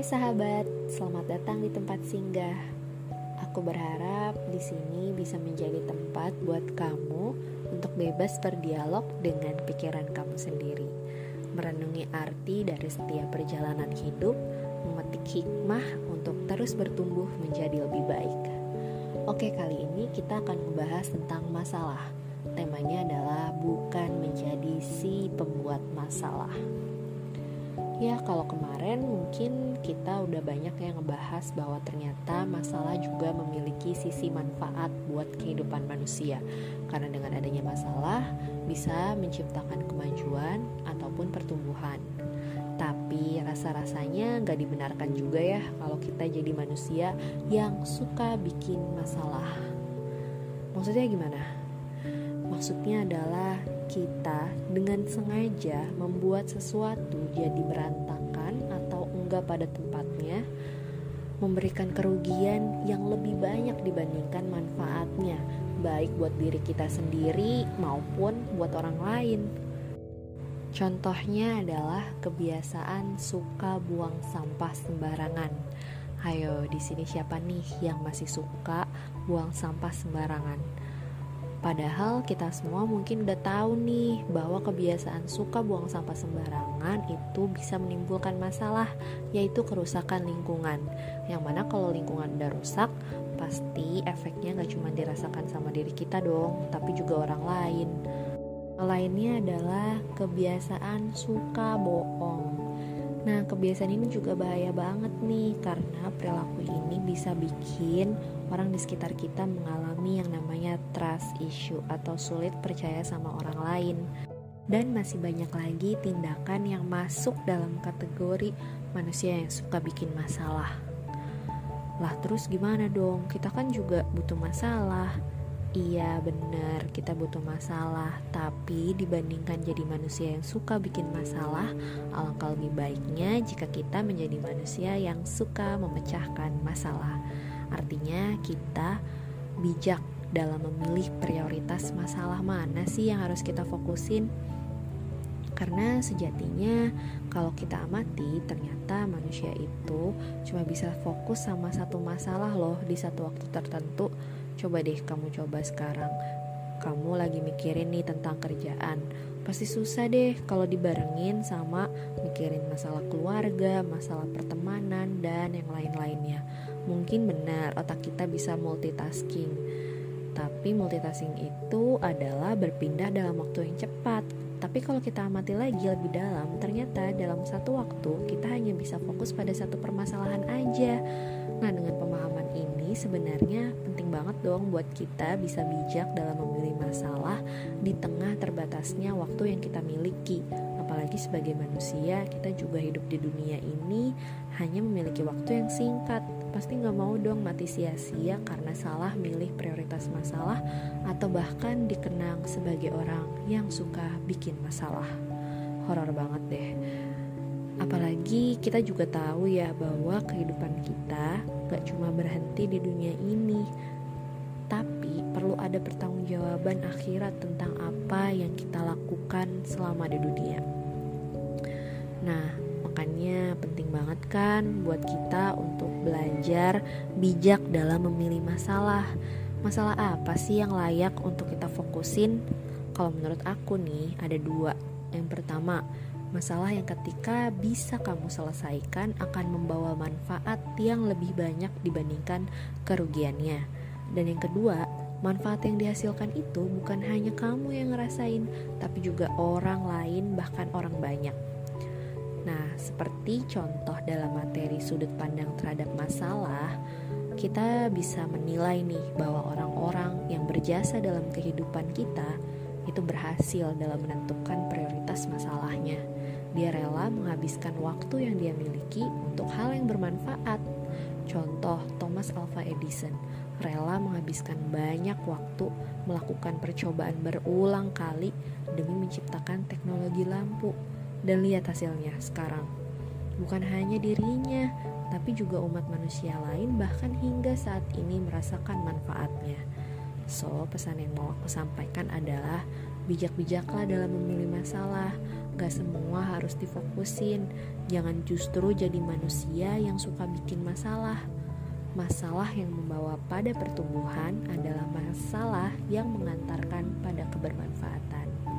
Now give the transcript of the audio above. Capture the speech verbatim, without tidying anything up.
sahabat, selamat datang di tempat singgah. Aku berharap di sini bisa menjadi tempat buat kamu untuk bebas berdialog dengan pikiran kamu sendiri, merenungi arti dari setiap perjalanan hidup, memetik hikmah untuk terus bertumbuh menjadi lebih baik. Oke, kali ini kita akan membahas tentang masalah. Temanya adalah bukan menjadi si pembuat masalah. Ya, kalau kemarin mungkin kita udah banyak yang ngebahas bahwa ternyata masalah juga memiliki sisi manfaat buat kehidupan manusia. Karena dengan adanya masalah bisa menciptakan kemajuan ataupun pertumbuhan. Tapi rasa-rasanya gak dibenarkan juga ya kalau kita jadi manusia yang suka bikin masalah. Maksudnya gimana? Maksudnya adalah kita dengan sengaja membuat sesuatu jadi berantakan atau enggak pada tempatnya, memberikan kerugian yang lebih banyak dibandingkan manfaatnya, baik buat diri kita sendiri maupun buat orang lain. Contohnya adalah kebiasaan suka buang sampah sembarangan. Ayo, di sini siapa nih yang masih suka buang sampah sembarangan? Padahal kita semua mungkin udah tahu nih bahwa kebiasaan suka buang sampah sembarangan itu bisa menimbulkan masalah, yaitu kerusakan lingkungan. Yang mana kalau lingkungan udah rusak, pasti efeknya gak cuma dirasakan sama diri kita dong, tapi juga orang lain. Lainnya adalah kebiasaan suka bohong. Nah, kebiasaan ini juga bahaya banget nih, karena perilaku ini bisa bikin orang di sekitar kita mengalami yang namanya trust issue atau sulit percaya sama orang lain. Dan masih banyak lagi tindakan yang masuk dalam kategori manusia yang suka bikin masalah. Lah terus gimana dong? Kita kan juga butuh masalah. Iya benar, kita butuh masalah. Tapi dibandingkan jadi manusia yang suka bikin masalah, alangkah lebih baiknya jika kita menjadi manusia yang suka memecahkan masalah. Artinya kita bijak dalam memilih prioritas masalah mana sih yang harus kita fokusin. Karena sejatinya kalau kita amati, ternyata manusia itu cuma bisa fokus sama satu masalah loh di satu waktu tertentu. Coba deh kamu coba sekarang, kamu lagi mikirin nih tentang kerjaan. Pasti susah deh kalau dibarengin sama mikirin masalah keluarga, masalah pertemanan, dan yang lain-lainnya. Mungkin benar otak kita bisa multitasking, tapi multitasking itu adalah berpindah dalam waktu yang cepat. Tapi kalau kita amati lagi lebih dalam, ternyata dalam satu waktu kita hanya bisa fokus pada satu permasalahan aja. Nah, dengan pemahaman ini sebenarnya penting banget dong buat kita bisa bijak dalam memilih masalah di tengah terbatasnya waktu yang kita miliki. Apalagi sebagai manusia, kita juga hidup di dunia ini hanya memiliki waktu yang singkat. Pasti gak mau dong mati sia-sia karena salah milih prioritas masalah atau bahkan dikenang sebagai orang yang suka bikin masalah. Horor banget deh. Apalagi kita juga tahu ya bahwa kehidupan kita gak cuma berhenti di dunia ini, tapi perlu ada pertanggungjawaban akhirat tentang apa yang kita lakukan selama di dunia. Nah, makanya penting banget kan buat kita untuk belajar bijak dalam memilih masalah. Masalah apa sih yang layak untuk kita fokusin? Kalau menurut aku nih ada dua. Yang pertama, masalah yang ketika bisa kamu selesaikan akan membawa manfaat yang lebih banyak dibandingkan kerugiannya. Dan yang kedua, manfaat yang dihasilkan itu bukan hanya kamu yang ngerasain, tapi juga orang lain, bahkan orang banyak. Nah, seperti contoh dalam materi sudut pandang terhadap masalah, kita bisa menilai nih bahwa orang-orang yang berjasa dalam kehidupan kita itu berhasil dalam menentukan prioritas masalahnya. Dia rela menghabiskan waktu yang dia miliki untuk hal yang bermanfaat. Contoh, Thomas Alva Edison rela menghabiskan banyak waktu melakukan percobaan berulang kali demi menciptakan teknologi lampu. Dan lihat hasilnya sekarang. Bukan hanya dirinya, tapi juga umat manusia lain bahkan hingga saat ini merasakan manfaatnya. So, pesan yang mau aku sampaikan adalah bijak-bijaklah dalam memilih masalah. gak semua harus difokusin. Jangan justru jadi manusia yang suka bikin masalah. Masalah yang membawa pada pertumbuhan adalah masalah yang mengantarkan pada kebermanfaatan.